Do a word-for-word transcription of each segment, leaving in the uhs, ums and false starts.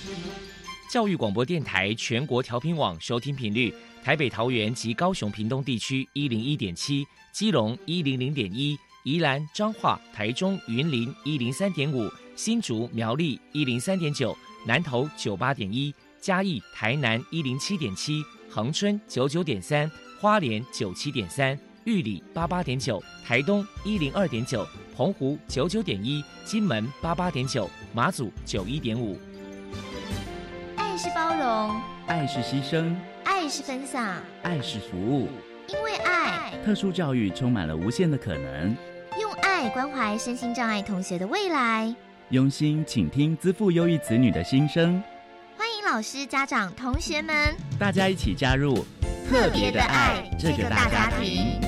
教育广播电台全国调频网收听频率：台北、桃园及高雄屏东地区一零一点七，基隆一零零点一，宜兰、彰化、台中、云林一零三点五，新竹、苗栗一零三点九，南投九八点一，嘉义、台南一零七点七，恒春九九点三，花莲九七点三，玉里八八点九，台东一零二点九，澎湖九九点一，金门八八点九，马祖九一点五。 爱是包容， 爱是牺牲， 爱是分享， 爱是服务。 因为爱， 特殊教育充满了无限的可能。 用爱关怀身心障碍同学的未来， 用心倾听资赋优异子女的心声。 欢迎老师、家长、同学们， 大家一起加入特别的爱这个大家庭。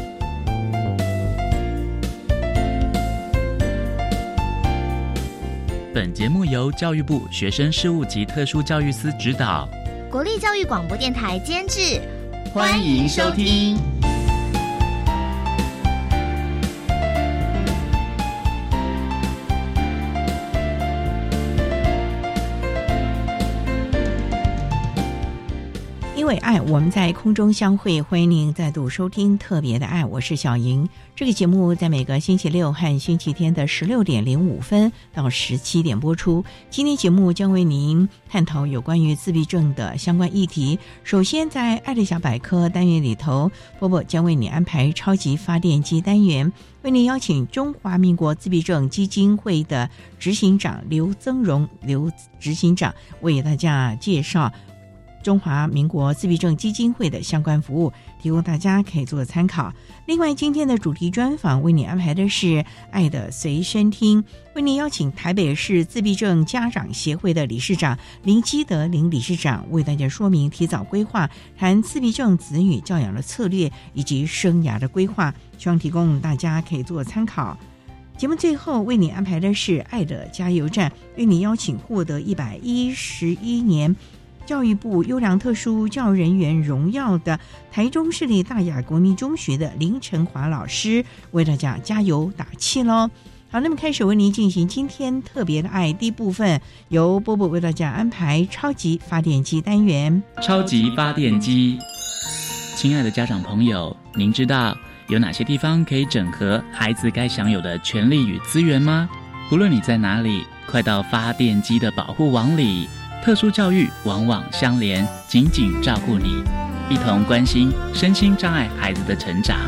本节目由教育部学生事务及特殊教育司指导， 国立教育广播电台监制， 欢迎收听。 因为爱，我们在空中相会，欢迎您再度收听特别的爱，我是小莹。这个节目在每个星期六和星期天的十六点零五分到十七点播出。今天节目将为您探讨有关于自闭症的相关议题。首先在爱的小百科单元里头，波波将为你安排超级发电机单元，为您邀请中华民国自闭症基金会的执行长刘增荣刘执行长为大家介绍中华民国自闭症基金会的相关服务，提供大家可以做参考。另外，今天的主题专访为你安排的是爱的随身听，为你邀请台北市自闭症家长协会的理事长林基德林理事长为大家说明提早规划，谈自闭症子女教养的策略以及生涯的规划，希望提供大家可以做参考。节目最后为你安排的是爱的加油站，为你邀请获得一百一十一年教育部优良特殊教育人员荣耀的台中市立大雅国民中学的林成华老师为大家加油打气咯。好，那么开始为您进行今天特别的爱第一部分，由波波为大家安排超级发电机单元。 超级发电机，亲爱的家长朋友，您知道有哪些地方可以整合孩子该享有的权利与资源吗？无论你在哪里，快到发电机的保护网里，特殊教育网网相连，紧紧照顾你，一同关心身心障碍孩子的成长。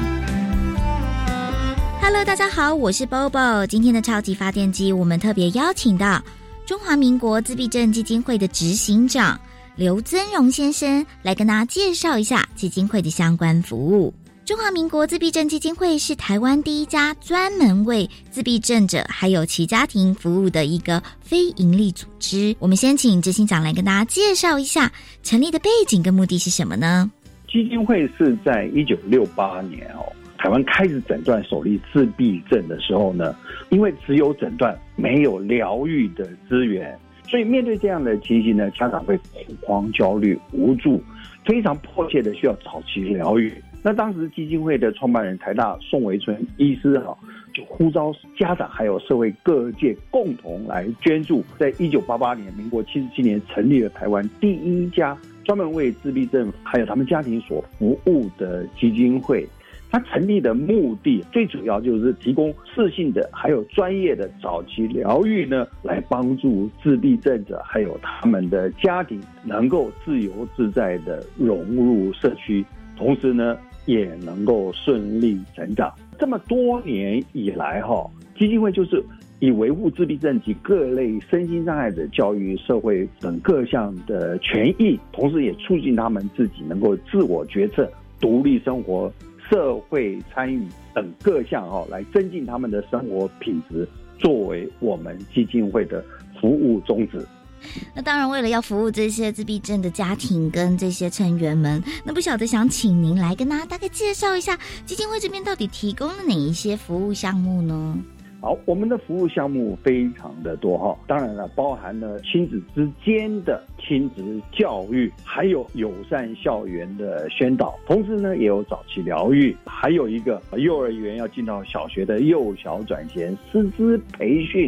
Hello， 大家好，我是 Bobo。今天的超级发电机，我们特别邀请到中华民国自闭症基金会的执行长刘增荣先生来跟大家介绍一下基金会的相关服务。中华民国自闭症基金会是台湾第一家专门为自闭症者还有其家庭服务的一个非营利组织。我们先请执行长来跟大家介绍一下成立的背景跟目的是什么呢？ 基金会是在一九六八年哦，台湾开始诊断首例自闭症的时候呢，因为只有诊断没有疗愈的资源，所以面对这样的情形呢，家长会恐慌、焦虑、无助，非常迫切的需要早期疗愈。那当时基金会的创办人台大宋维春医师哈，就呼召家长还有社会各界共同来捐助，在一九八八年，民国七十七年成立了台湾第一家专门为自闭症还有他们家庭所服务的基金会。它成立的目的最主要就是提供适性的还有专业的早期疗愈呢，来帮助自闭症者还有他们的家庭能够自由自在的融入社区，同时呢也能够顺利成长。这么多年以来哈，基金会就是以维护自闭症及各类身心障碍者教育、社会等各项的权益，同时也促进他们自己能够自我决策、独立生活、社会参与等各项哈，来增进他们的生活品质，作为我们基金会的服务宗旨。 那当然，为了要服务这些自闭症的家庭跟这些成员们，那不晓得想请您来跟大家大概介绍一下基金会这边到底提供了哪一些服务项目呢？ 好，我们的服务项目非常的多哈，当然了，包含了亲子之间的亲子教育，还有友善校园的宣导，同时呢也有早期疗愈，还有一个幼儿园要进到小学的幼小转衔师资培训，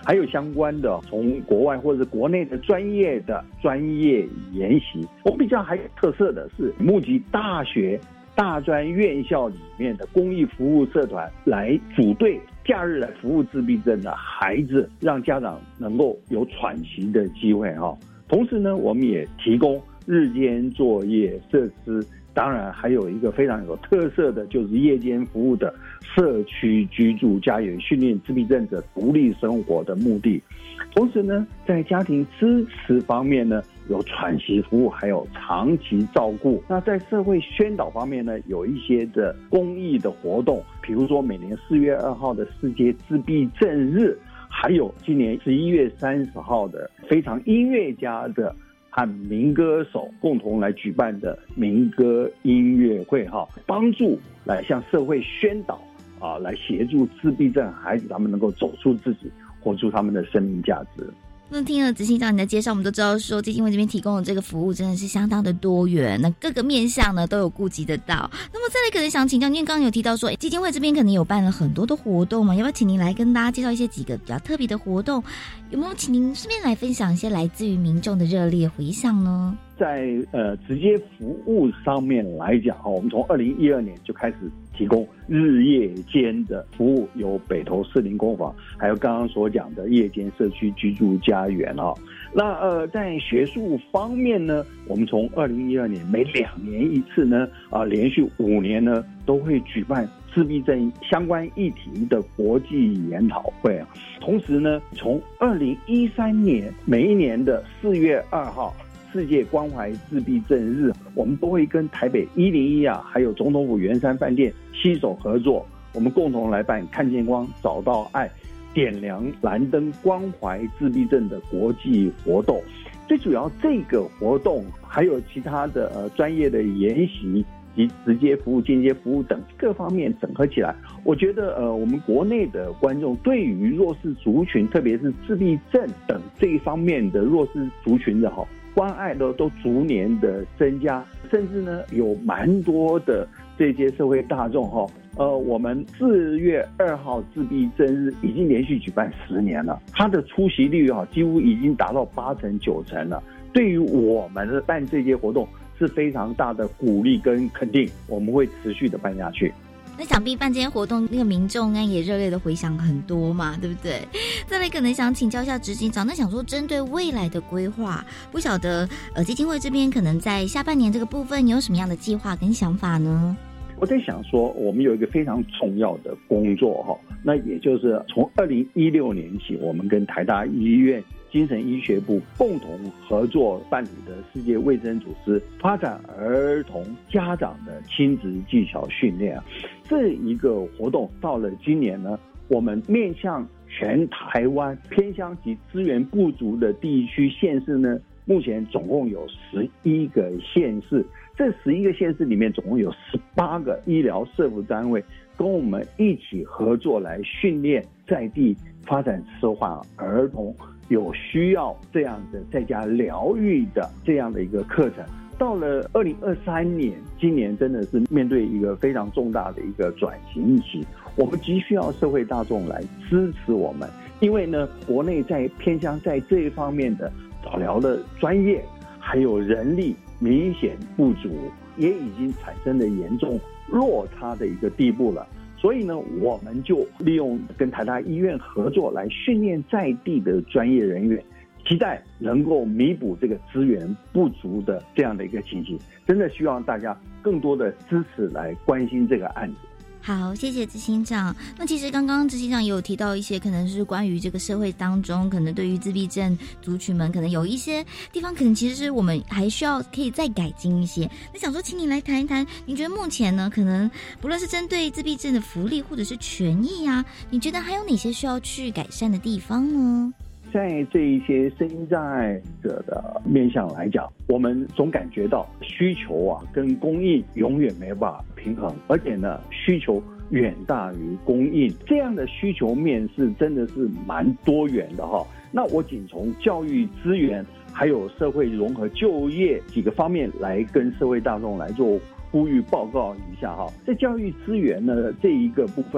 还有相关的从国外或者国内的专业的专业研习。我们比较还有特色的是募集大学大专院校里面的公益服务社团来组队假日来服务自闭症的孩子，让家长能够有喘息的机会哈。同时呢，我们也提供日间作业设施，当然还有一个非常有特色的就是夜间服务的社区居住家园，训练自闭症者独立生活的目的。同时呢，在家庭支持方面呢，有喘息服务，还有长期照顾。那在社会宣导方面呢，有一些的公益的活动，比如说每年四月二号的世界自闭症日，还有今年十一月三十号的非常音乐家的和民歌手共同来举办的民歌音乐会哈，帮助来向社会宣导啊，来协助自闭症孩子他们能够走出自己，活出他们的生命价值。 那听了执行长你的介绍，我们都知道说基金会这边提供的这个服务真的是相当的多元，那各个面向呢都有顾及得到。那么再来可能想请教，因为刚刚有提到说基金会这边可能有办了很多的活动嘛，要不要请您来跟大家介绍一些几个比较特别的活动？有没有请您顺便来分享一些来自于民众的热烈回响呢？ 在呃直接服务上面来讲哈，我们从二零一二年就开始提供日夜间的服务，有北投士林工坊，还有刚刚所讲的夜间社区居住家园啊。那呃在学术方面呢，我们从二零一二年每两年一次呢，啊、呃、连续五年呢都会举办自闭症相关议题的国际研讨会啊。同时呢，从二零一三年每一年的四月二号。世界关怀自闭症日，我们都会跟台北一零一啊，还有总统府圆山饭店携手合作，我们共同来办看见光找到爱点亮蓝灯关怀自闭症的国际活动。最主要这个活动还有其他的呃专业的研习及直接服务间接服务等各方面整合起来，我觉得呃我们国内的观众对于弱势族群，特别是自闭症等这一方面的弱势族群的哈关爱的都逐年的增加，甚至呢有蛮多的这些社会大众哈，呃，我们四月二号自闭症日已经连续举办十年了，它的出席率哈几乎已经达到八成九成了。对于我们办这些活动是非常大的鼓励跟肯定，我们会持续的办下去。 那想必办这些活动，那个民众应该也热烈的回响很多嘛，对不对？再来可能想请教一下执行长，那想说针对未来的规划，不晓得呃基金会这边可能在下半年这个部分，你有什么样的计划跟想法呢？ 我在想说，我们有一个非常重要的工作哈，那也就是从二零一六年起，我们跟台大医院精神医学部共同合作办理的世界卫生组织发展儿童家长的亲子技巧训练，这一个活动到了今年呢，我们面向全台湾偏乡及资源不足的地区县市呢，目前总共有十一个县市，这十一个县市里面总共有十八个医疗社福单位跟我们一起合作来训练在地发展迟缓儿童有需要这样的在家疗愈的这样的一个课程。到了二零二三年，今年真的是面对一个非常重大的一个转型期，我们急需要社会大众来支持我们，因为呢，国内在偏乡在这一方面的早疗的专业还有人力明显不足，也已经产生了严重落差的一个地步了。所以呢，我们就利用跟台大医院合作来训练在地的专业人员，期待能够弥补这个资源不足的这样的一个情形。真的希望大家更多的支持来关心这个案子。 好，谢谢执行长。那其实刚刚执行长也有提到一些可能是关于这个社会当中可能对于自闭症族群们可能有一些地方可能其实是我们还需要可以再改进一些。那想说请你来谈一谈，你觉得目前呢可能不论是针对自闭症的福利或者是权益啊，你觉得还有哪些需要去改善的地方呢？ 在这一些身心障碍者的面向来讲，我们总感觉到需求啊跟供应永远没办法平衡，而且呢需求远大于供应，这样的需求面是真的是蛮多元的哈。那我仅从教育资源还有社会融合就业几个方面来跟社会大众来做呼吁报告一下哈。在教育资源呢这一个部分呢，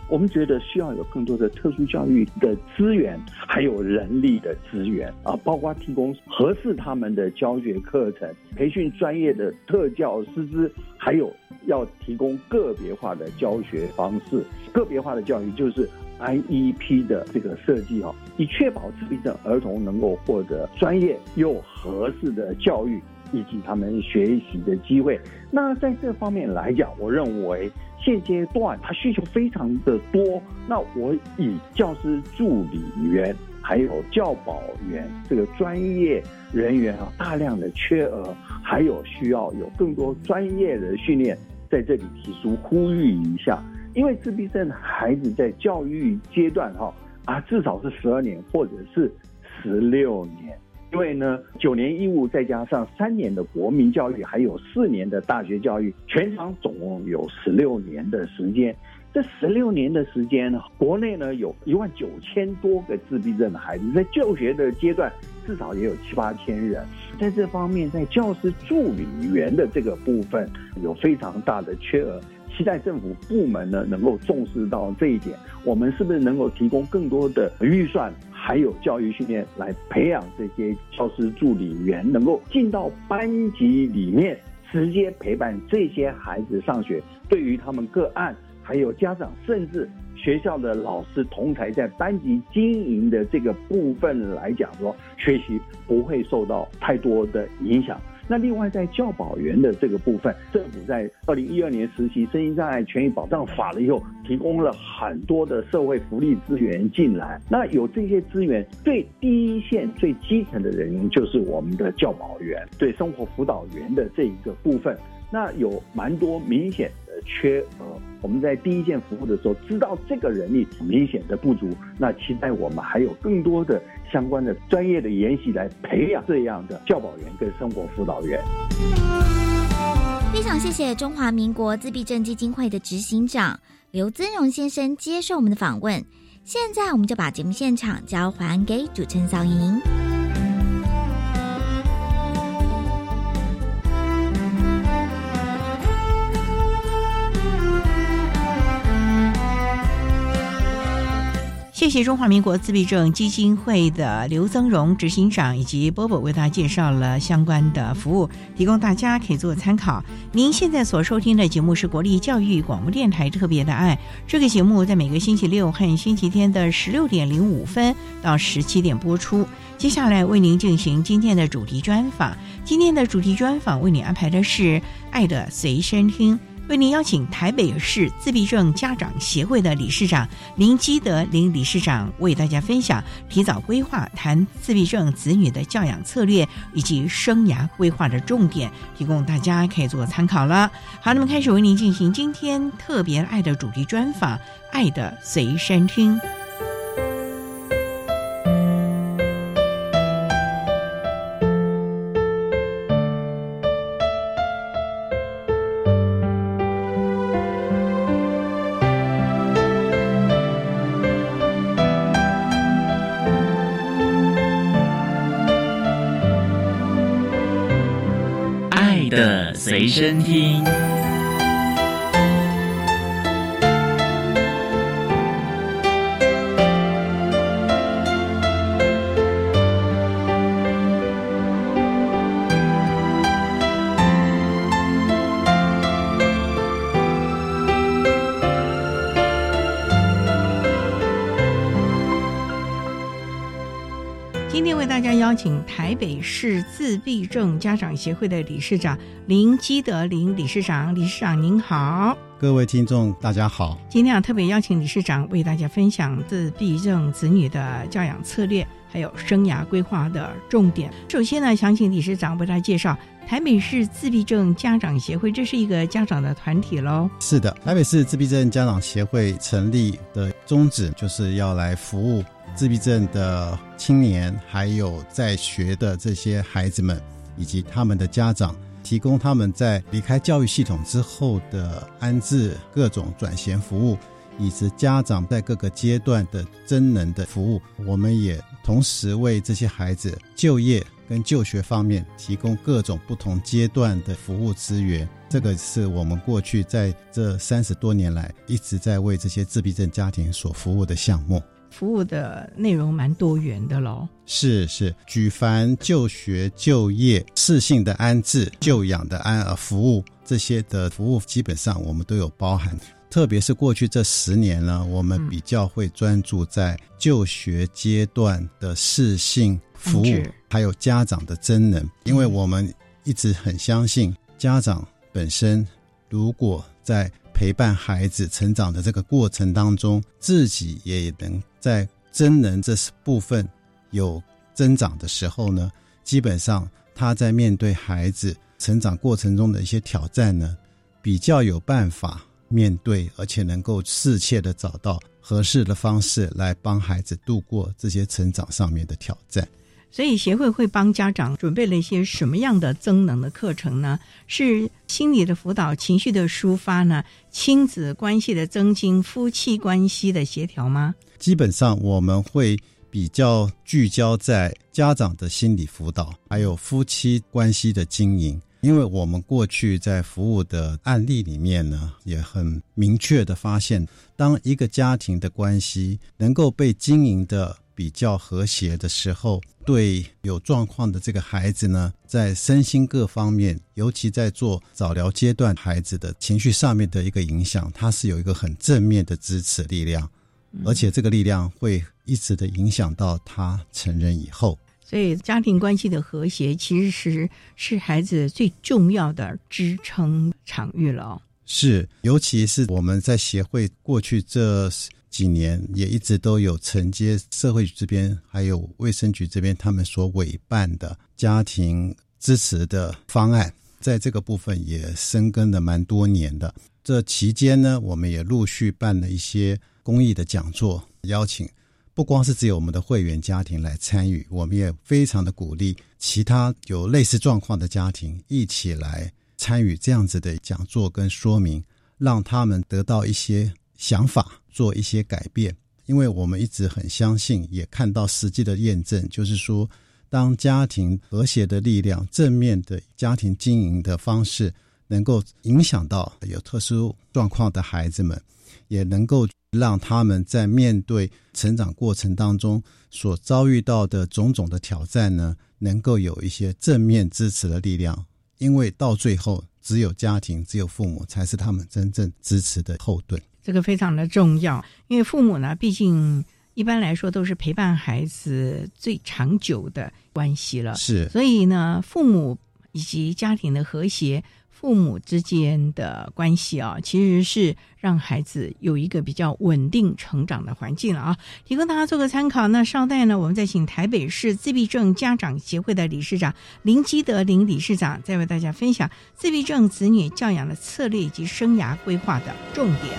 我们觉得需要有更多的特殊教育的资源，还有人力的资源啊，包括提供合适他们的教学课程，培训专业的特教师资，还有要提供个别化的教学方式。个别化的教育就是 I E P 的这个设计，以确保自闭症儿童能够获得专业又合适的教育以及他们学习的机会。那在这方面来讲，我认为现阶段它需求非常的多。那我以教师助理员还有教保员这个专业人员啊，大量的缺额，还有需要有更多专业的训练，在这里提出呼吁一下。因为自闭症孩子在教育阶段哈啊，至少是十二年或者是十六年。因为呢，九年义务再加上三年的国民教育，还有四年的大学教育，全长总共有十六年的时间。这十六年的时间呢，国内呢有一万九千多个自闭症的孩子，在就学的阶段至少也有七八千人。在这方面，在教师助理员的这个部分有非常大的缺额。期待政府部门呢能够重视到这一点，我们是不是能够提供更多的预算，还有教育训练来培养这些教师助理员，能够进到班级里面直接陪伴这些孩子上学，对于他们个案还有家长甚至学校的老师同才在班级经营的这个部分来讲说，学习不会受到太多的影响。那另外在教保员的这个部分，政府在二零一二年实行身心障碍权益保障法了以后，提供了很多的社会福利资源进来。那有这些资源，对第一线最基层的人员就是我们的教保员，对生活辅导员的这一个部分，那有蛮多明显的缺额。我们在第一线服务的时候，知道这个人力明显的不足，那期待我们还有更多的相关的专业的研习来培养这样的教保员跟生活辅导员。 非常谢谢中华民国自闭症基金会的执行长刘增荣先生接受我们的访问。现在我们就把节目现场交还给主持人小莹。 谢谢中华民国自闭症基金会的刘增荣执行长以及波波为大家介绍了相关的服务，提供大家可以做参考。您现在所收听的节目是国立教育广播电台特别的爱，这个节目在每个星期六和星期天的十六点零五分到十七点播出。接下来为您进行今天的主题专访，今天的主题专访为您安排的是爱的随身听，为您邀请台北市自闭症家长协会的理事长林基德林理事长为大家分享提早规划谈自闭症子女的教养策略以及生涯规划的重点，提供大家可以做参考了。好，那么开始为您进行今天特别爱的主题专访，爱的随身听。 随身听。 今天为大家邀请台北市自闭症家长协会的理事长林基德林理事长，理事长您好。 各位听众大家好， 今天啊特别邀请理事长为大家分享自闭症子女的教养策略还有生涯规划的重点。首先呢，想请理事长为大家介绍台北市自闭症家长协会，这是一个家长的团体咯。 是的，台北市自闭症家长协会成立的宗旨就是要来服务自闭症的青年还有在学的这些孩子们以及他们的家长，提供他们在离开教育系统之后的安置各种转衔服务，以及家长在各个阶段的增能的服务。我们也同时为这些孩子就业跟就学方面提供各种不同阶段的服务资源，这个是我们过去在这三十多年来一直在为这些自闭症家庭所服务的项目。 服务的内容蛮多元的咯。 是是，举凡就学、就业、适性的安置、就养的安呃服务，这些的服务基本上我们都有包含。特别是过去这十年呢，我们比较会专注在就学阶段的适性服务，还有家长的真能，因为我们一直很相信家长本身如果在陪伴孩子成长的这个过程当中，自己也能在真能这部分有增长的时候呢，基本上他在面对孩子成长过程中的一些挑战呢，比较有办法面对，而且能够适切的找到合适的方式来帮孩子度过这些成长上面的挑战。 所以协会会帮家长准备了一些什么样的增能的课程呢？是心理的辅导、情绪的抒发呢？亲子关系的增进、夫妻关系的协调吗？ 基本上我们会比较聚焦在家长的心理辅导，还有夫妻关系的经营。因为我们过去在服务的案例里面呢，也很明确的发现，当一个家庭的关系能够被经营的比较和谐的时候，对有状况的这个孩子呢，在身心各方面，尤其在做早疗阶段孩子的情绪上面的一个影响，它是有一个很正面的支持力量，而且这个力量会一直的影响到他成人以后。 所以家庭关系的和谐其实是孩子最重要的支撑场域了、哦、 是，尤其是我们在协会过去这几年也一直都有承接社会局这边还有卫生局这边他们所委办的家庭支持的方案，在这个部分也深耕了蛮多年的。这期间呢，我们也陆续办了一些公益的讲座，邀请不光是只有我们的会员家庭来参与，我们也非常的鼓励其他有类似状况的家庭一起来参与这样子的讲座跟说明，让他们得到一些想法，做一些改变。因为我们一直很相信，也看到实际的验证，就是说当家庭和谐的力量，正面的家庭经营的方式能够影响到有特殊状况的孩子们，也能够让他们在面对成长过程当中所遭遇到的种种的挑战呢，能够有一些正面支持的力量。因为到最后只有家庭，只有父母才是他们真正支持的后盾。 这个非常的重要，因为父母呢，毕竟一般来说都是陪伴孩子最长久的关系了， 是， 所以呢，父母以及家庭的和谐，父母之间的关系啊，其实是让孩子有一个比较稳定成长的环境了啊，提供大家做个参考。那稍待呢，我们再请台北市自闭症家长协会的理事长林基德林理事长，再为大家分享自闭症子女教养的策略以及生涯规划的重点。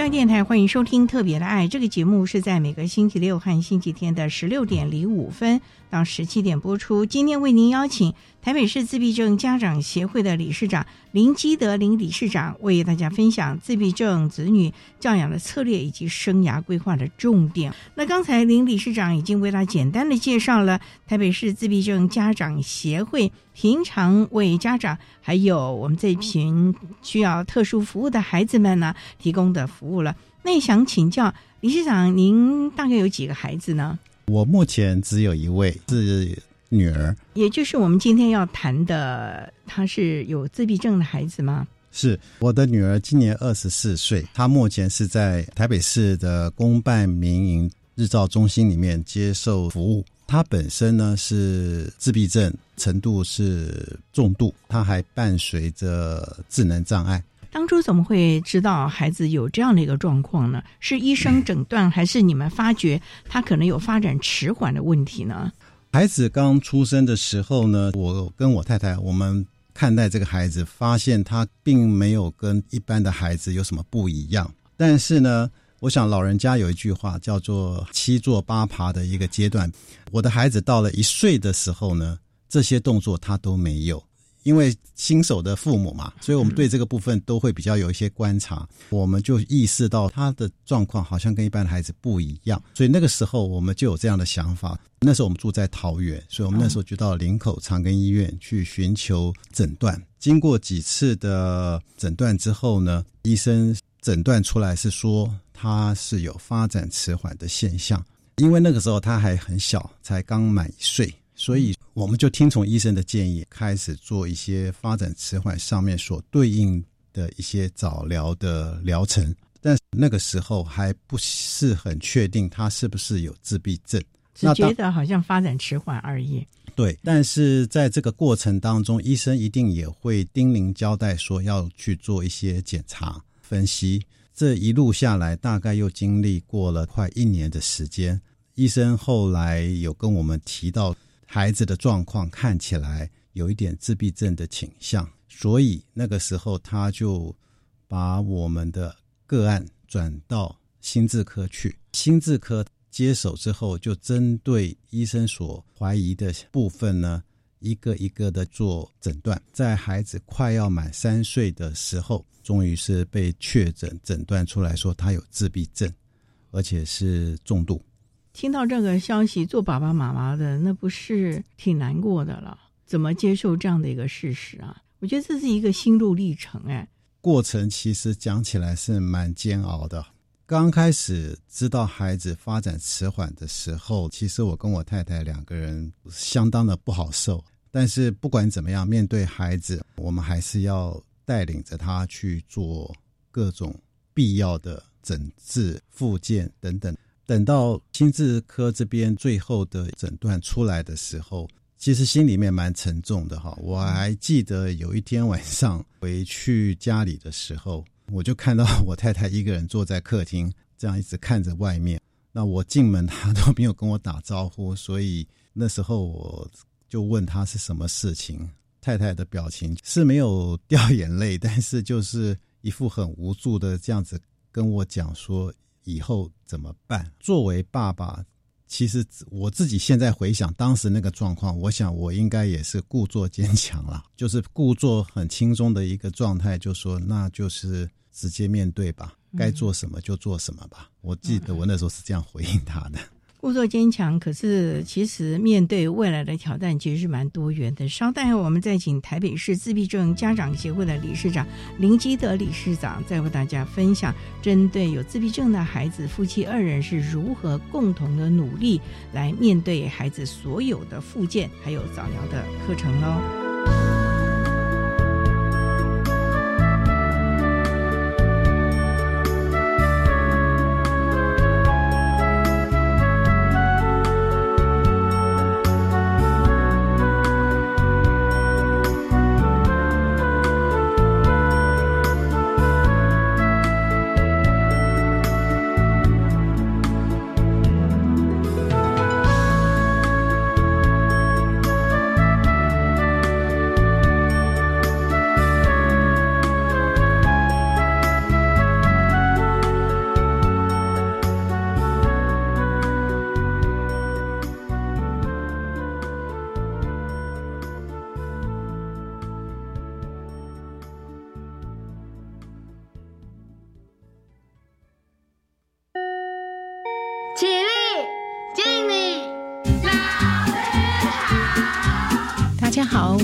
教育电台，欢迎收听特别的爱。这个节目是在每个星期六和星期天的十六点零五分到十七点播出。今天为您邀请台北市自闭症家长协会的理事长林基德林理事长，为大家分享自闭症子女教养的策略以及生涯规划的重点。那刚才林理事长已经为他简单的介绍了台北市自闭症家长协会平常为家长还有我们这群需要特殊服务的孩子们呢提供的服务了。那也想请教理事长，您大概有几个孩子呢？ 我目前只有一位是女儿， 也就是我们今天要谈的，她是有自闭症的孩子吗？ 是，我的女儿今年二十四岁，她目前是在台北市的公办民营日照中心里面接受服务。她本身呢是自闭症，程度是重度，她还伴随着智能障碍。 当初怎么会知道孩子有这样的一个状况呢？是医生诊断，还是你们发觉他可能有发展迟缓的问题呢？ 孩子刚出生的时候呢，我跟我太太我们看待这个孩子，发现他并没有跟一般的孩子有什么不一样。但是呢，我想老人家有一句话叫做七坐八爬的一个阶段，我的孩子到了一岁的时候呢，这些动作他都没有。因为新手的父母嘛，所以我们对这个部分都会比较有一些观察，我们就意识到他的状况好像跟一般的孩子不一样，所以那个时候我们就有这样的想法。那时候我们住在桃园，所以我们那时候就到林口长庚医院去寻求诊断。经过几次的诊断之后呢，医生诊断出来是说他是有发展迟缓的现象，因为那个时候他还很小，才刚满一岁，所以我们就听从医生的建议，开始做一些发展迟缓上面所对应的一些早疗的疗程。但是那个时候还不是很确定他是不是有自闭症， 只觉得好像发展迟缓而已。 对，但是在这个过程当中，医生一定也会叮咛交代说要去做一些检查分析。这一路下来大概又经历过了快一年的时间，医生后来有跟我们提到孩子的状况看起来有一点自闭症的倾向，所以那个时候他就把我们的个案转到心智科去。心智科接手之后，就针对医生所怀疑的部分呢，一个一个的做诊断。在孩子快要满三岁的时候，终于是被确诊诊断出来说他有自闭症，而且是重度。 听到这个消息，做爸爸妈妈的那不是挺难过的了？怎么接受这样的一个事实啊？我觉得这是一个心路历程。哎， 过程其实讲起来是蛮煎熬的。刚开始知道孩子发展迟缓的时候，其实我跟我太太两个人相当的不好受。但是不管怎么样，面对孩子，我们还是要带领着他去做各种必要的诊治、复健等等。等到心智科这边最后的诊断出来的时候，其实心里面蛮沉重的哈。我还记得有一天晚上回去家里的时候，我就看到我太太一个人坐在客厅，这样一直看着外面。那我进门她都没有跟我打招呼，所以那时候我就问她是什么事情。太太的表情是没有掉眼泪，但是就是一副很无助的这样子跟我讲说以后怎么办。作为爸爸，其实我自己现在回想当时那个状况，我想我应该也是故作坚强啦，就是故作很轻松的一个状态，就说那就是直接面对吧，该做什么就做什么吧。我记得我那时候是这样回应他的。 故作坚强，可是其实面对未来的挑战其实是蛮多元的。稍待后我们再请台北市自闭症家长协会的理事长林基德理事长再为大家分享针对有自闭症的孩子，夫妻二人是如何共同的努力来面对孩子所有的复健还有早疗的课程咯。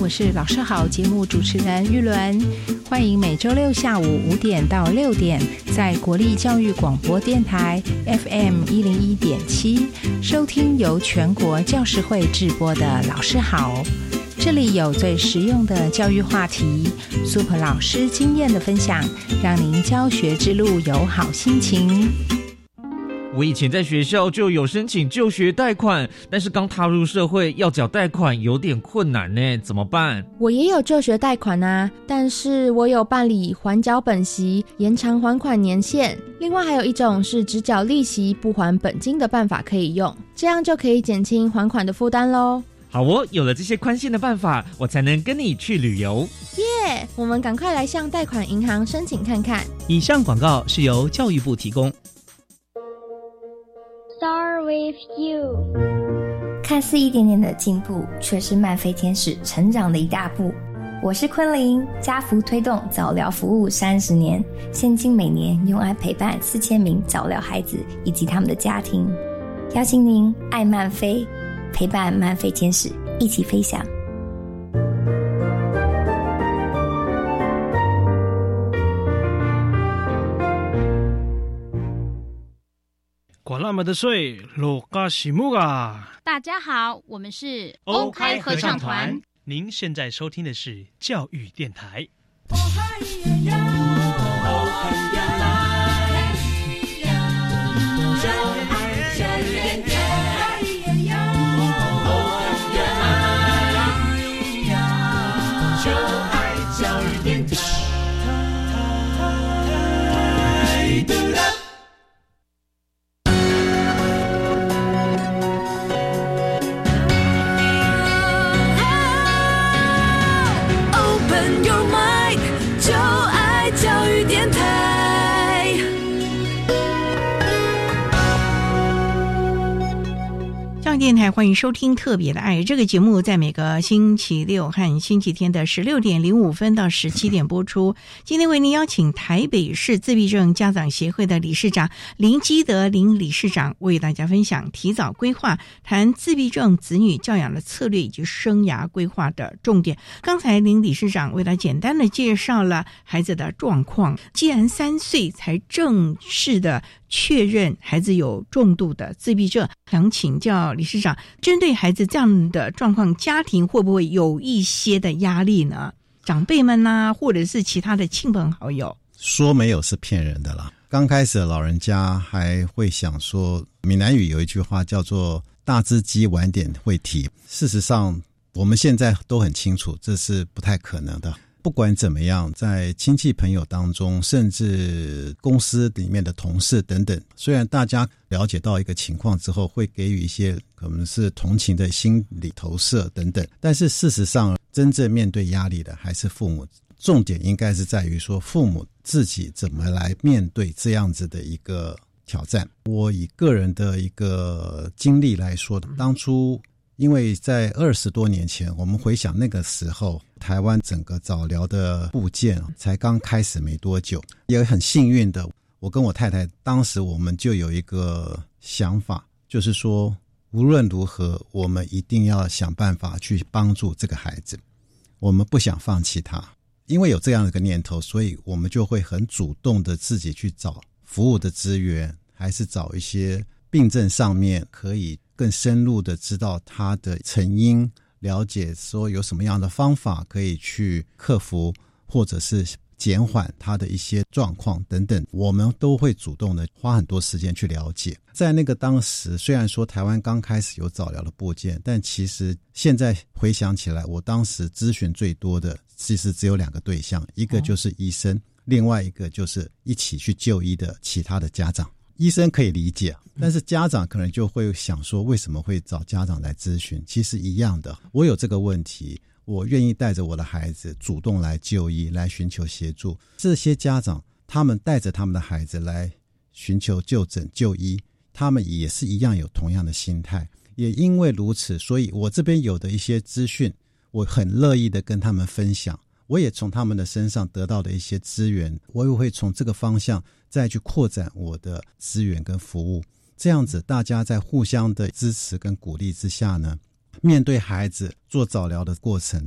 我是老师好节目主持人玉伦，欢迎每周六下午五点到六点在国立教育广播电台 F M 一零一点七收听由全国教师会制播的老师好。这里有最实用的教育话题， Super 老师经验的分享，让您教学之路有好心情。 我以前在学校就有申请就学贷款，但是刚踏入社会要缴贷款有点困难呢，怎么办？ 我也有就学贷款啊，但是我有办理缓缴本息、延长还款年限，另外还有一种是只缴利息不还本金的办法可以用，这样就可以减轻还款的负担咯。 好哦，有了这些宽限的办法，我才能跟你去旅游。 耶、yeah, 我们赶快来向贷款银行申请看看。 以上广告是由教育部提供。 Star with you， 看似一点点的进步，却是慢飞天使成长的一大步。我是昆凌，家福推动早疗服务三十年，现今每年用爱陪伴四千名早疗孩子以及他们的家庭。邀请您爱慢飞，陪伴慢飞天使一起飞翔。 管那么的水，罗嘎西木啊！ 大家好，我们是欧开合唱团。您现在收听的是教育电台。 电台欢迎收听特别的爱，这个节目在每个星期六和星期天的十六点零五分到十七点播出。今天为您邀请台北市自闭症家长协会的理事长林基德林理事长为大家分享提早规划，谈自闭症子女教养的策略以及生涯规划的重点。刚才林理事长为他简单的介绍了孩子的状况，既然三岁才正式的确认孩子有重度的自闭症，想请教理事长，针对孩子这样的状况，家庭会不会有一些的压力呢？长辈们啊，或者是其他的亲朋好友？ 说没有是骗人的啦。刚开始的老人家还会想说，闽南语有一句话叫做大只鸡晚点会啼，事实上我们现在都很清楚这是不太可能的。不管怎么样，在亲戚朋友当中，甚至公司里面的同事等等，虽然大家了解到一个情况之后，会给予一些可能是同情的心理投射等等，但是事实上真正面对压力的还是父母。重点应该是在于说父母自己怎么来面对这样子的一个挑战。我以个人的一个经历来说，当初因为在二十多年前，我们回想那个时候，台湾整个早疗的部件才刚开始没多久，也很幸运的，我跟我太太当时我们就有一个想法，就是说无论如何我们一定要想办法去帮助这个孩子，我们不想放弃他。因为有这样的一个念头，所以我们就会很主动的自己去找服务的资源，还是找一些病症上面可以更深入的知道它的成因，了解说有什么样的方法可以去克服或者是减缓它的一些状况等等，我们都会主动的花很多时间去了解。在那个当时，虽然说台湾刚开始有早疗的部件，但其实现在回想起来，我当时咨询最多的其实只有两个对象，一个就是医生，另外一个就是一起去就医的其他的家长。医生可以理解，但是家长可能就会想说，为什么会找家长来咨询？其实一样的，我有这个问题，我愿意带着我的孩子主动来就医，来寻求协助。这些家长他们带着他们的孩子来寻求就诊就医，他们也是一样有同样的心态。也因为如此，所以我这边有的一些资讯，我很乐意的跟他们分享，我也从他们的身上得到的一些资源，我也会从这个方向再去扩展我的资源跟服务。这样子大家在互相的支持跟鼓励之下呢，面对孩子做早疗的过程呢，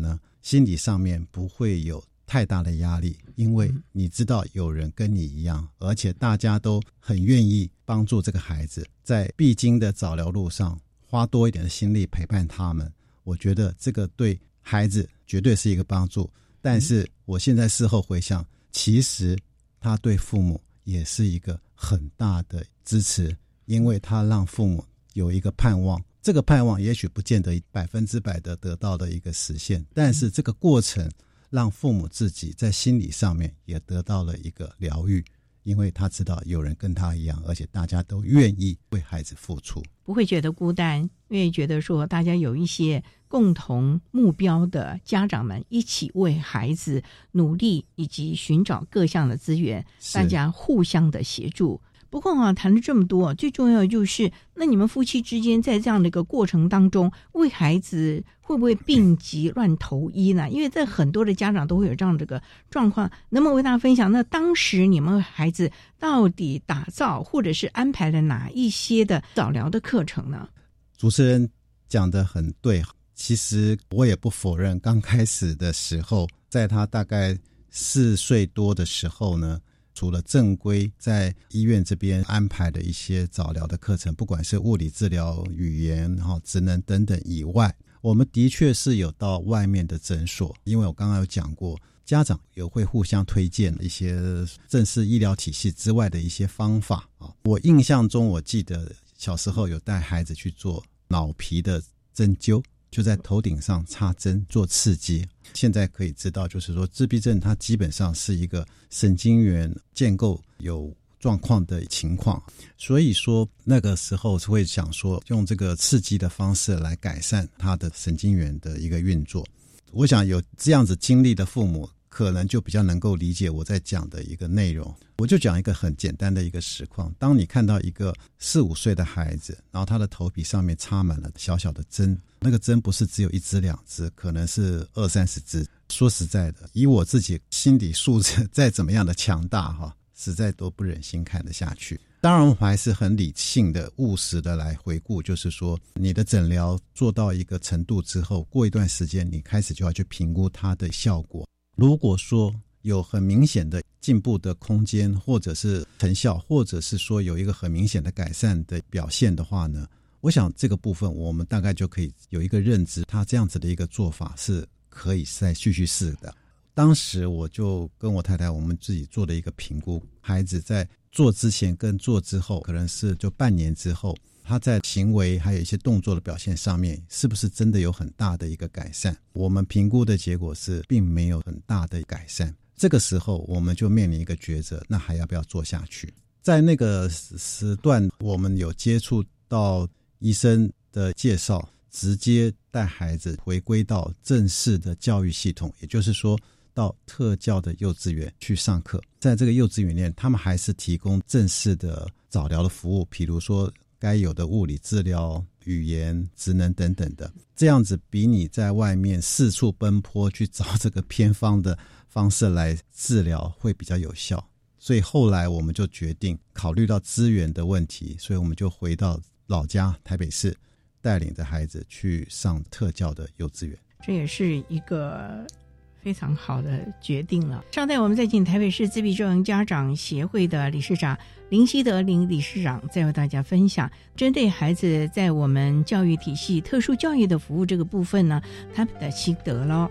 心理上面不会有太大的压力，因为你知道有人跟你一样，而且大家都很愿意帮助这个孩子，在必经的早疗路上花多一点的心力陪伴他们。我觉得这个对孩子绝对是一个帮助，但是我现在事后回想，其实他对父母也是一个很大的支持，因为他让父母有一个盼望，这个盼望也许不见得百分之百的得到的一个实现，但是这个过程让父母自己在心理上面也得到了一个疗愈，因为他知道有人跟他一样，而且大家都愿意为孩子付出， 不会觉得孤单，愿意觉得说大家有一些共同目标的家长们一起为孩子努力，以及寻找各项的资源，大家互相的协助。不过啊，谈了这么多，最重要的就是那你们夫妻之间在这样的一个过程当中，为孩子会不会病急乱投医呢？因为在很多的家长都会有这样的一个状况，能不能为大家分享那当时你们孩子到底打造或者是安排了哪一些的早疗的课程呢？ 主持人讲得很对，其实我也不否认，刚开始的时候，在他大概四岁多的时候呢，除了正规在医院这边安排的一些早疗的课程，不管是物理治疗、语言、职能等等以外，我们的确是有到外面的诊所，因为我刚刚有讲过，家长也会互相推荐一些正式医疗体系之外的一些方法。我印象中，我记得小时候有带孩子去做脑皮的针灸，就在头顶上插针做刺激。现在可以知道，就是说自闭症它基本上是一个神经元建构有状况的情况，所以说那个时候会想说用这个刺激的方式来改善他的神经元的一个运作。我想有这样子经历的父母可能就比较能够理解我在讲的一个内容。我就讲一个很简单的一个实况，当你看到一个四五岁的孩子，然后他的头皮上面插满了小小的针，那个针不是只有一支两支，可能是二三十支。说实在的，以我自己心理素质再怎么样的强大哈，实在都不忍心看得下去。当然我还是很理性的务实的来回顾，就是说你的诊疗做到一个程度之后，过一段时间你开始就要去评估它的效果。如果说有很明显的进步的空间，或者是成效，或者是说有一个很明显的改善的表现的话呢，我想这个部分我们大概就可以有一个认知，他这样子的一个做法是可以再继续试的。当时我就跟我太太我们自己做的一个评估，孩子在做之前跟做之后，可能是就半年之后，他在行为还有一些动作的表现上面是不是真的有很大的一个改善。我们评估的结果是并没有很大的改善，这个时候我们就面临一个抉择，那还要不要做下去。在那个时段我们有接触到医生的介绍，直接带孩子回归到正式的教育系统，也就是说到特教的幼稚园去上课。在这个幼稚园里面，他们还是提供正式的早疗的服务，比如说该有的物理治疗、语言、职能等等的，这样子比你在外面四处奔波去找这个偏方的方式来治疗会比较有效。所以后来我们就决定考虑到资源的问题，所以我们就回到老家台北市，带领着孩子去上特教的幼稚园。 这也是一个非常好的决定了。稍待我们再请台北市自闭症家长协会的理事长林希德林理事长再为大家分享针对孩子在我们教育体系特殊教育的服务这个部分呢，他们的心得咯。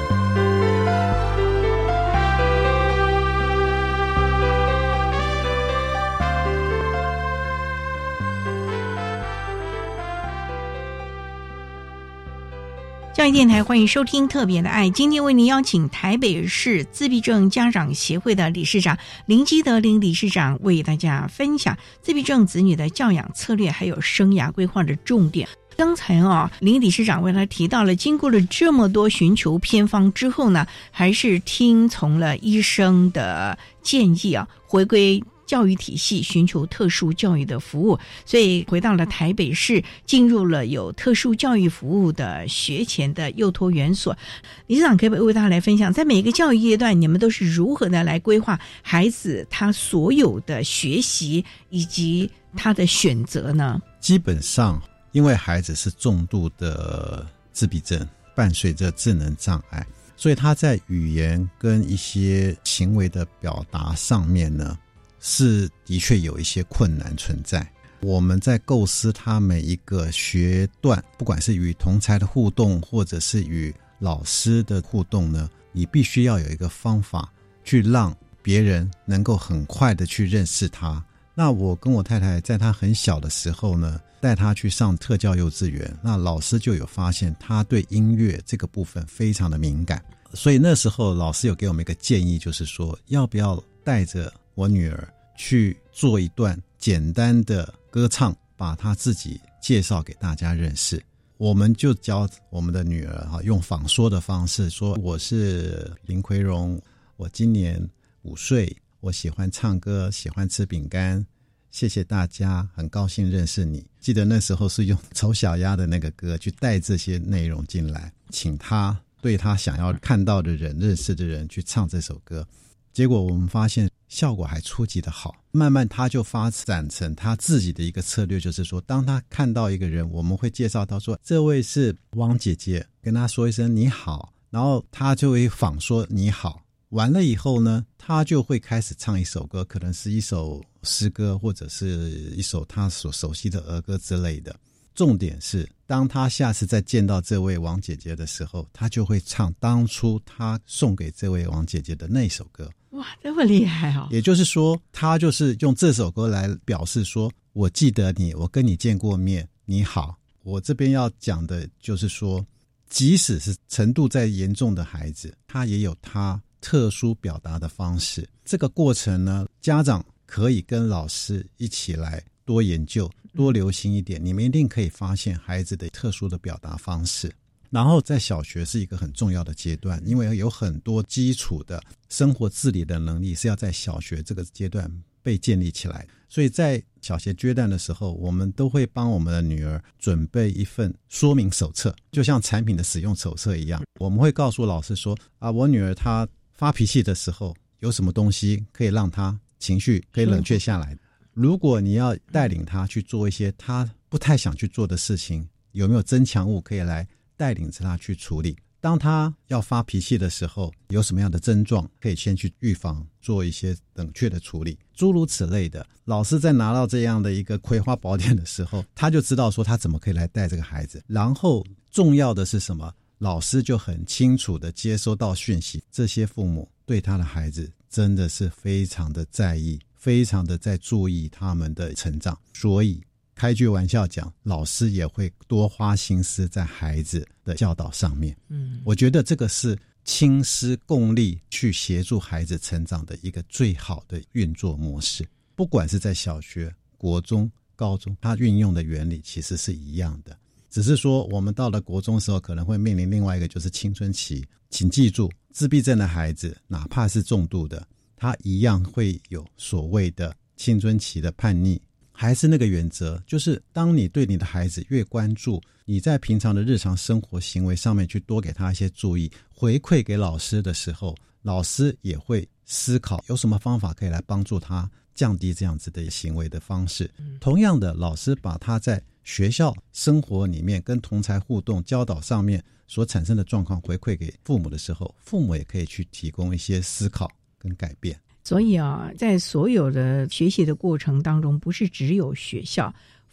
教育电台欢迎收听特别的爱，今天为您邀请台北市自闭症家长协会的理事长林基德林理事长为大家分享自闭症子女的教养策略还有生涯规划的重点。刚才啊，林理事长为他提到了，经过了这么多寻求偏方之后呢，还是听从了医生的建议啊，回归教育体系，寻求特殊教育的服务，所以回到了台北市，进入了有特殊教育服务的学前的幼托园所。理事长可不可以为大家来分享，在每个教育阶段，你们都是如何的来规划孩子他所有的学习以及他的选择呢？ 基本上，因为孩子是重度的自闭症，伴随着智能障碍，所以他在语言跟一些行为的表达上面呢，是的确有一些困难存在。我们在构思他每一个学段，不管是与同侪的互动或者是与老师的互动呢，你必须要有一个方法去让别人能够很快的去认识他。那我跟我太太在他很小的时候呢，带他去上特教幼稚园，那老师就有发现他对音乐这个部分非常的敏感，所以那时候老师有给我们一个建议，就是说要不要带着我女儿去做一段简单的歌唱，把她自己介绍给大家认识。我们就教我们的女儿用仿说的方式说，我是林奎荣，我今年五岁，我喜欢唱歌，喜欢吃饼干，谢谢大家，很高兴认识你。记得那时候是用丑小鸭的那个歌去带这些内容进来，请他对他想要看到的人、认识的人去唱这首歌。结果我们发现效果还出奇的好，慢慢他就发展成他自己的一个策略，就是说当他看到一个人，我们会介绍他说这位是汪姐姐，跟他说一声你好，然后他就会仿说你好，完了以后呢，他就会开始唱一首歌，可能是一首诗歌或者是一首他所熟悉的儿歌之类的。重点是当他下次再见到这位王姐姐的时候，他就会唱当初他送给这位王姐姐的那首歌。 哇，这么厉害哦！ 也就是说他就是用这首歌来表示说，我记得你，我跟你见过面，你好。我这边要讲的就是说，即使是程度再严重的孩子，他也有他特殊表达的方式。这个过程呢，家长可以跟老师一起来多研究，多留心一点，你们一定可以发现孩子的特殊的表达方式。然后在小学是一个很重要的阶段，因为有很多基础的生活自理的能力是要在小学这个阶段被建立起来，所以在小学阶段的时候，我们都会帮我们的女儿准备一份说明手册，就像产品的使用手册一样。我们会告诉老师说啊，我女儿她发脾气的时候有什么东西可以让她情绪可以冷却下来。如果你要带领她去做一些她不太想去做的事情，有没有增强物可以来带领着她去处理？当她要发脾气的时候，有什么样的症状可以先去预防，做一些冷却的处理，诸如此类的。老师在拿到这样的一个葵花宝典的时候，他就知道说他怎么可以来带这个孩子。然后重要的是什么？老师就很清楚的接收到讯息，这些父母对他的孩子真的是非常的在意，非常的在注意他们的成长，所以开句玩笑讲，老师也会多花心思在孩子的教导上面。嗯，我觉得这个是亲师共力去协助孩子成长的一个最好的运作模式。不管是在小学、国中、高中，它运用的原理其实是一样的，只是说我们到了国中的时候可能会面临另外一个，就是青春期。请记住，自闭症的孩子哪怕是重度的，他一样会有所谓的青春期的叛逆。还是那个原则，就是当你对你的孩子越关注，你在平常的日常生活行为上面去多给他一些注意，回馈给老师的时候，老师也会思考有什么方法可以来帮助他降低这样子的行为的方式。同样的，老师把他在学校生活里面跟同侪互动教导上面所产生的状况回馈给父母的时候，父母也可以去提供一些思考跟改变。 所以啊，在所有的学习的过程当中，不是只有学校，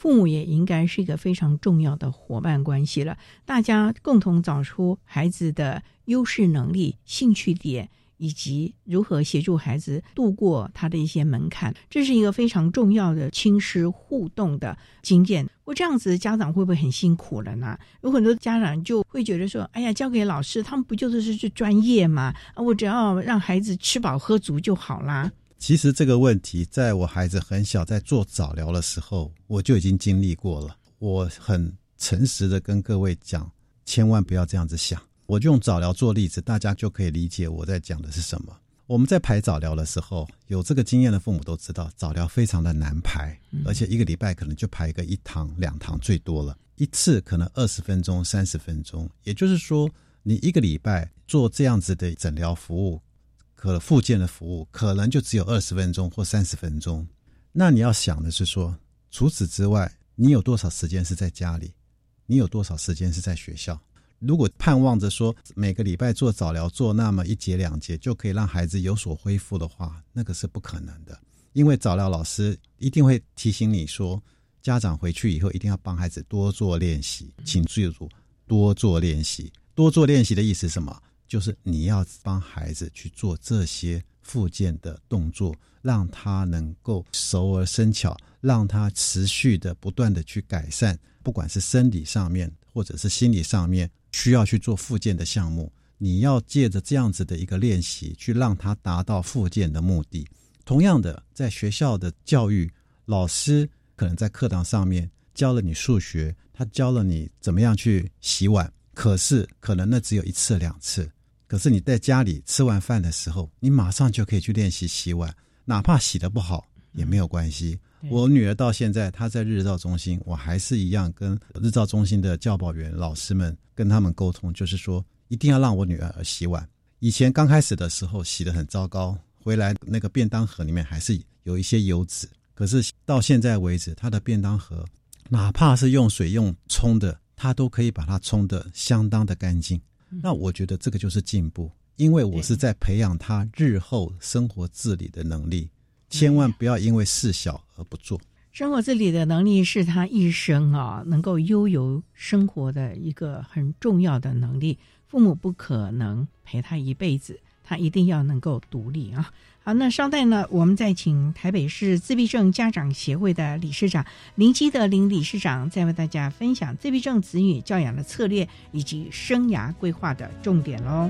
父母也应该是一个非常重要的伙伴关系了，大家共同找出孩子的优势能力、兴趣点，以及如何协助孩子度过他的一些门槛，这是一个非常重要的亲师互动的经验。我这样子家长会不会很辛苦了呢？有很多家长就会觉得说，哎呀，交给老师，他们不就是去专业吗？啊，我只要让孩子吃饱喝足就好啦。 其实这个问题在我孩子很小，在做早疗的时候我就已经经历过了。我很诚实的跟各位讲，千万不要这样子想。我就用早疗做例子，大家就可以理解我在讲的是什么。我们在排早疗的时候，有这个经验的父母都知道，早疗非常的难排，而且一个礼拜可能就排个一堂两堂最多了，一次可能二十分钟三十分钟，也就是说你一个礼拜做这样子的诊疗服务，可复健的服务可能就只有二十分钟或三十分钟。那你要想的是说，除此之外你有多少时间是在家里，你有多少时间是在学校。如果盼望着说每个礼拜做早疗做那么一节两节就可以让孩子有所恢复的话，那个是不可能的。因为早疗老师一定会提醒你说，家长回去以后一定要帮孩子多做练习，请记住多做练习。多做练习的意思是什么？就是你要帮孩子去做这些复健的动作，让他能够熟而生巧，让他持续的不断的去改善，不管是生理上面或者是心理上面需要去做复健的项目，你要借着这样子的一个练习去让他达到复健的目的。同样的，在学校的教育，老师可能在课堂上面教了你数学，他教了你怎么样去洗碗，可是可能那只有一次两次，可是你在家里吃完饭的时候，你马上就可以去练习洗碗，哪怕洗得不好也没有关系。我女儿到现在她在日照中心，我还是一样跟日照中心的教保员老师们跟他们沟通，就是说一定要让我女儿洗碗。以前刚开始的时候洗得很糟糕，回来那个便当盒里面还是有一些油脂，可是到现在为止，她的便当盒哪怕是用水用冲的，她都可以把它冲得相当的干净。那我觉得这个就是进步，因为我是在培养她日后生活自理的能力，千万不要因为事小而不做。 生活自理的能力是他一生啊能够悠游生活的一个很重要的能力，父母不可能陪他一辈子，他一定要能够独立啊。好，那稍待呢，我们再请台北市自闭症家长协会的理事长林基德林理事长再为大家分享自闭症子女教养的策略以及生涯规划的重点咯。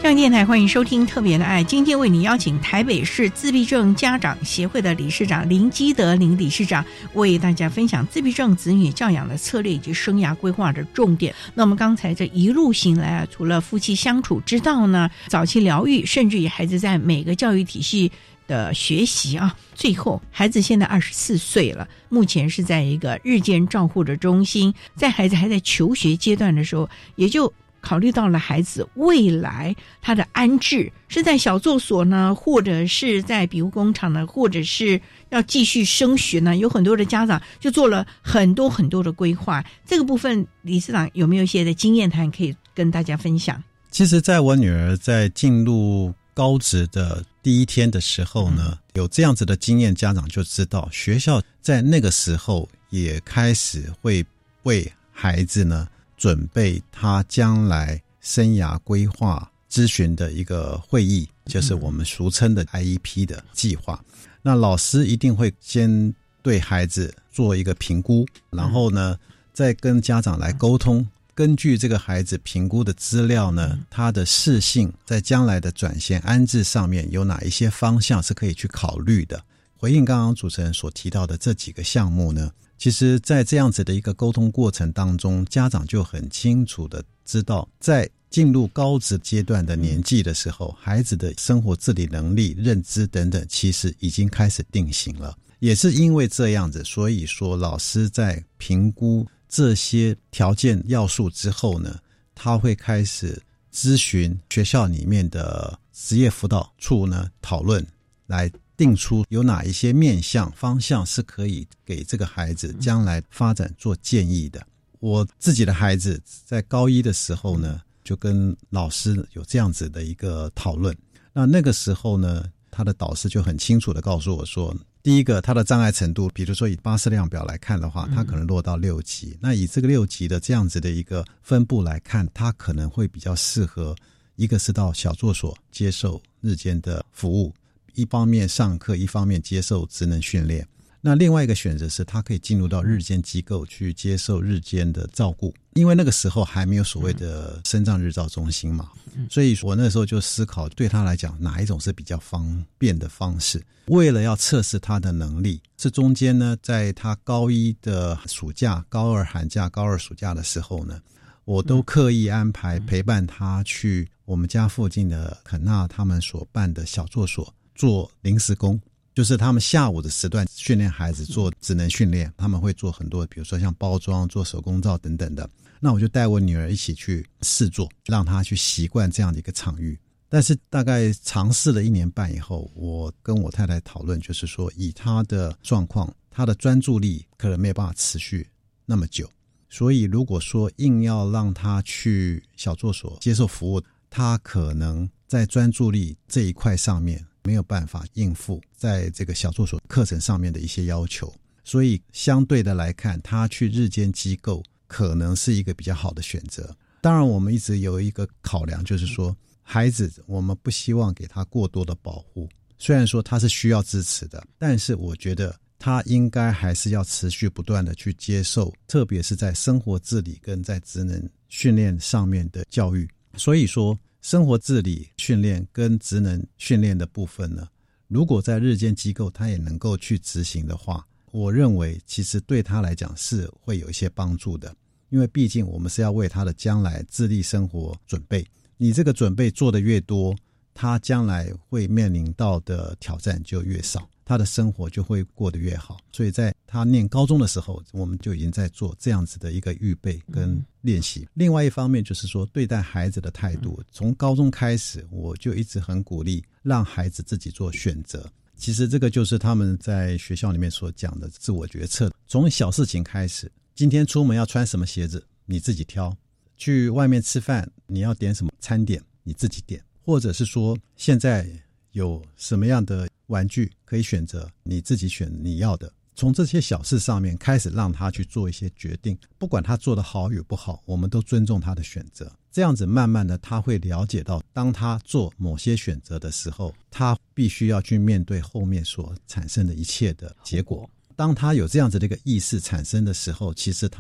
教育电台欢迎收听特别的爱，今天为你邀请台北市自闭症家长协会的理事长林基德林理事长为大家分享自闭症子女教养的策略以及生涯规划的重点。那我们刚才这一路行来啊，除了夫妻相处之道呢，早期疗愈，甚至于孩子在每个教育体系的学习啊，最后孩子现在二十四岁了，目前是在一个日间照护的中心，在孩子还在求学阶段的时候，也就考虑到了孩子未来他的安置是在小作所呢，或者是在比如工厂呢，或者是要继续升学呢，有很多的家长就做了很多很多的规划。这个部分理事长有没有一些的经验谈可以跟大家分享？ 其实在我女儿在进入高职的第一天的时候呢，有这样子的经验，家长就知道学校在那个时候也开始会为孩子呢准备他将来生涯规划咨询的一个会议，就是我们俗称的 I E P 的计划。那老师一定会先对孩子做一个评估，然后呢再跟家长来沟通，根据这个孩子评估的资料呢，他的适性在将来的转衔安置上面有哪一些方向是可以去考虑的。回应刚刚主持人所提到的这几个项目呢，其实在这样子的一个沟通过程当中，家长就很清楚的知道，在进入高职阶段的年纪的时候，孩子的生活自理能力、认知等等其实已经开始定型了。也是因为这样子，所以说老师在评估这些条件要素之后呢，他会开始咨询学校里面的职业辅导处呢，讨论来定出有哪一些面向方向是可以给这个孩子将来发展做建议的。我自己的孩子在高一的时候呢，就跟老师有这样子的一个讨论。那那个时候呢，他的导师就很清楚的告诉我说，第一个，他的障碍程度，比如说以巴氏量表来看的话，他可能落到六级。那以这个六级的这样子的一个分布来看，他可能会比较适合，一个是到小作所接受日间的服务，一方面上课，一方面接受职能训练。那另外一个选择是他可以进入到日间机构去接受日间的照顾，因为那个时候还没有所谓的身障日照中心嘛，所以我那时候就思考对他来讲哪一种是比较方便的方式。为了要测试他的能力，这中间呢，在他高一的暑假、高二寒假、高二暑假的时候呢，我都刻意安排陪伴他去我们家附近的肯纳他们所办的小作所做临时工，就是他们下午的时段训练孩子做职能训练，他们会做很多比如说像包装、做手工皂等等的。那我就带我女儿一起去试做，让她去习惯这样的一个场域。但是大概尝试了一年半以后，我跟我太太讨论，就是说以她的状况，她的专注力可能没有办法持续那么久，所以如果说硬要让她去小作所接受服务，她可能在专注力这一块上面没有办法应付在这个小作所课程上面的一些要求，所以相对的来看，她去日间机构可能是一个比较好的选择。当然我们一直有一个考量，就是说孩子我们不希望给他过多的保护，虽然说他是需要支持的，但是我觉得他应该还是要持续不断的去接受，特别是在生活自理跟在职能训练上面的教育。所以说生活自理训练跟职能训练的部分呢，如果在日间机构他也能够去执行的话，我认为其实对他来讲是会有一些帮助的，因为毕竟我们是要为他的将来自立生活准备，你这个准备做得越多，他将来会面临到的挑战就越少，他的生活就会过得越好。所以在他念高中的时候，我们就已经在做这样子的一个预备跟练习。另外一方面就是说对待孩子的态度，从高中开始我就一直很鼓励让孩子自己做选择。其实这个就是他们在学校里面所讲的自我决策，从小事情开始，今天出门要穿什么鞋子你自己挑，去外面吃饭你要点什么餐点你自己点，或者是说现在有什么样的玩具可以选择，你自己选你要的。从这些小事上面开始让他去做一些决定，不管他做得好与不好，我们都尊重他的选择。这样子慢慢的他会了解到，当他做某些选择的时候，他必须要去面对后面所产生的一切的结果。当他有这样子的一个意识产生的时候，其实他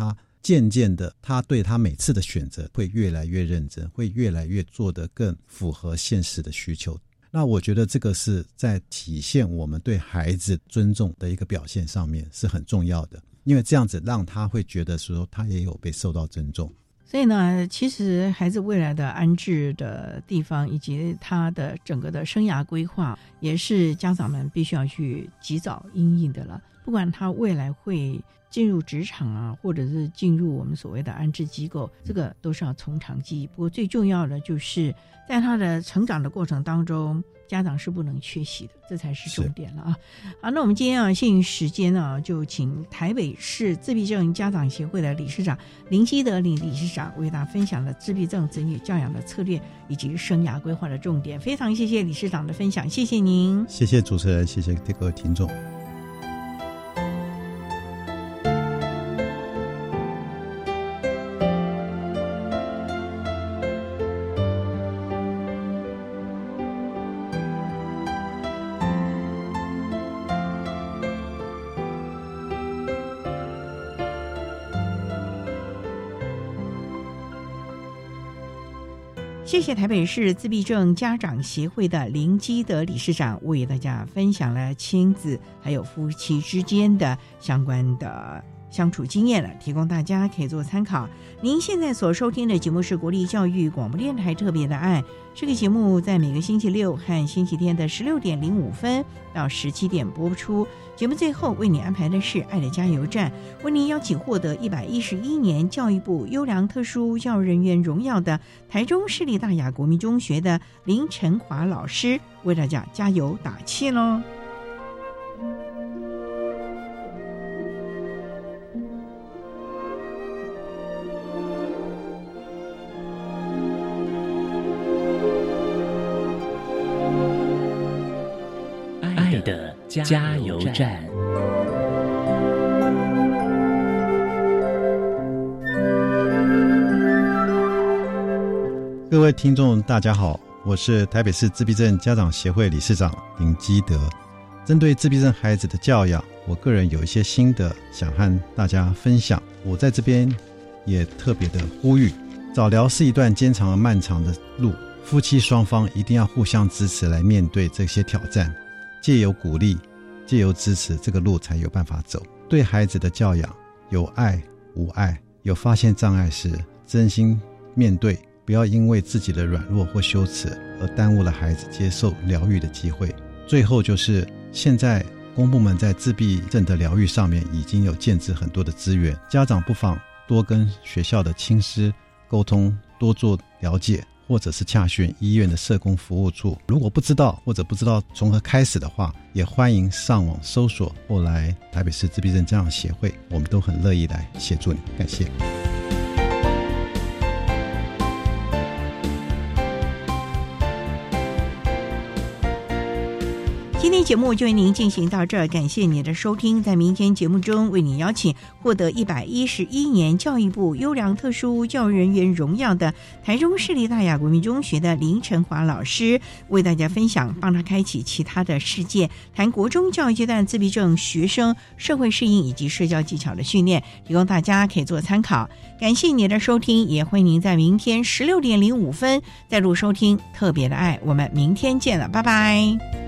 渐渐的他对他每次的选择会越来越认真，会越来越做得更符合现实的需求。那我觉得这个是在体现我们对孩子尊重的一个表现上面是很重要的，因为这样子让他会觉得说他也有被受到尊重。 所以呢，其实孩子未来的安置的地方以及他的整个的生涯规划，也是家长们必须要去及早因应的了。不管他未来会进入职场啊，或者是进入我们所谓的安置机构，这个都是要从长计议。不过最重要的就是在他的成长的过程当中，家长是不能缺席的，这才是重点了啊！好，那我们今天啊，限于时间啊，就请台北市自闭症家长协会的理事长林基德林理事长为大家分享了自闭症子女教养的策略以及生涯规划的重点。非常谢谢理事长的分享，谢谢您。 谢谢主持人，谢谢各位听众。 谢谢台北市自闭症家长协会的林基德理事长为大家分享了亲子还有夫妻之间的相关的相处经验了，提供大家可以做参考。您现在所收听的节目是国立教育广播电台特别的爱，这个节目在每个星期六和星期天的十六点零五分到十七点播出。节目最后为你安排的是爱的加油站，为您邀请获得一百一十一年教育部优良特殊教育人员荣耀的台中市立大雅国民中学的林晨华老师为大家加油打气咯。 爱的加油站。 各位听众大家好，我是台北市自闭症家长协会理事长林基德。针对自闭症孩子的教养，我个人有一些心得想和大家分享。我在这边也特别的呼吁，早疗是一段坚长而漫长的路，夫妻双方一定要互相支持来面对这些挑战，借由鼓励，借由支持，这个路才有办法走。对孩子的教养，有爱无爱，有发现障碍时真心面对，不要因为自己的软弱或羞耻而耽误了孩子接受疗愈的机会。最后就是现在公部门在自闭症的疗愈上面已经有建置很多的资源，家长不妨多跟学校的亲师沟通，多做了解，或者是洽询医院的社工服务处。如果不知道或者不知道从何开始的话，也欢迎上网搜索或来台北市自闭症家长协会，我们都很乐意来协助你。感谢。 今天节目就为您进行到这儿，感谢您的收听。在明天节目中，为您邀请获得一百一十一年教育部优良特殊教育人员荣耀的台中市立大雅国民中学的林晨华老师，为大家分享帮他开启其他的世界，谈国中教育阶段自闭症学生社会适应以及社交技巧的训练，提供大家可以做参考。感谢您的收听，也欢迎您在明天十六点零五分再度收听特别的爱。我们明天见了，拜拜。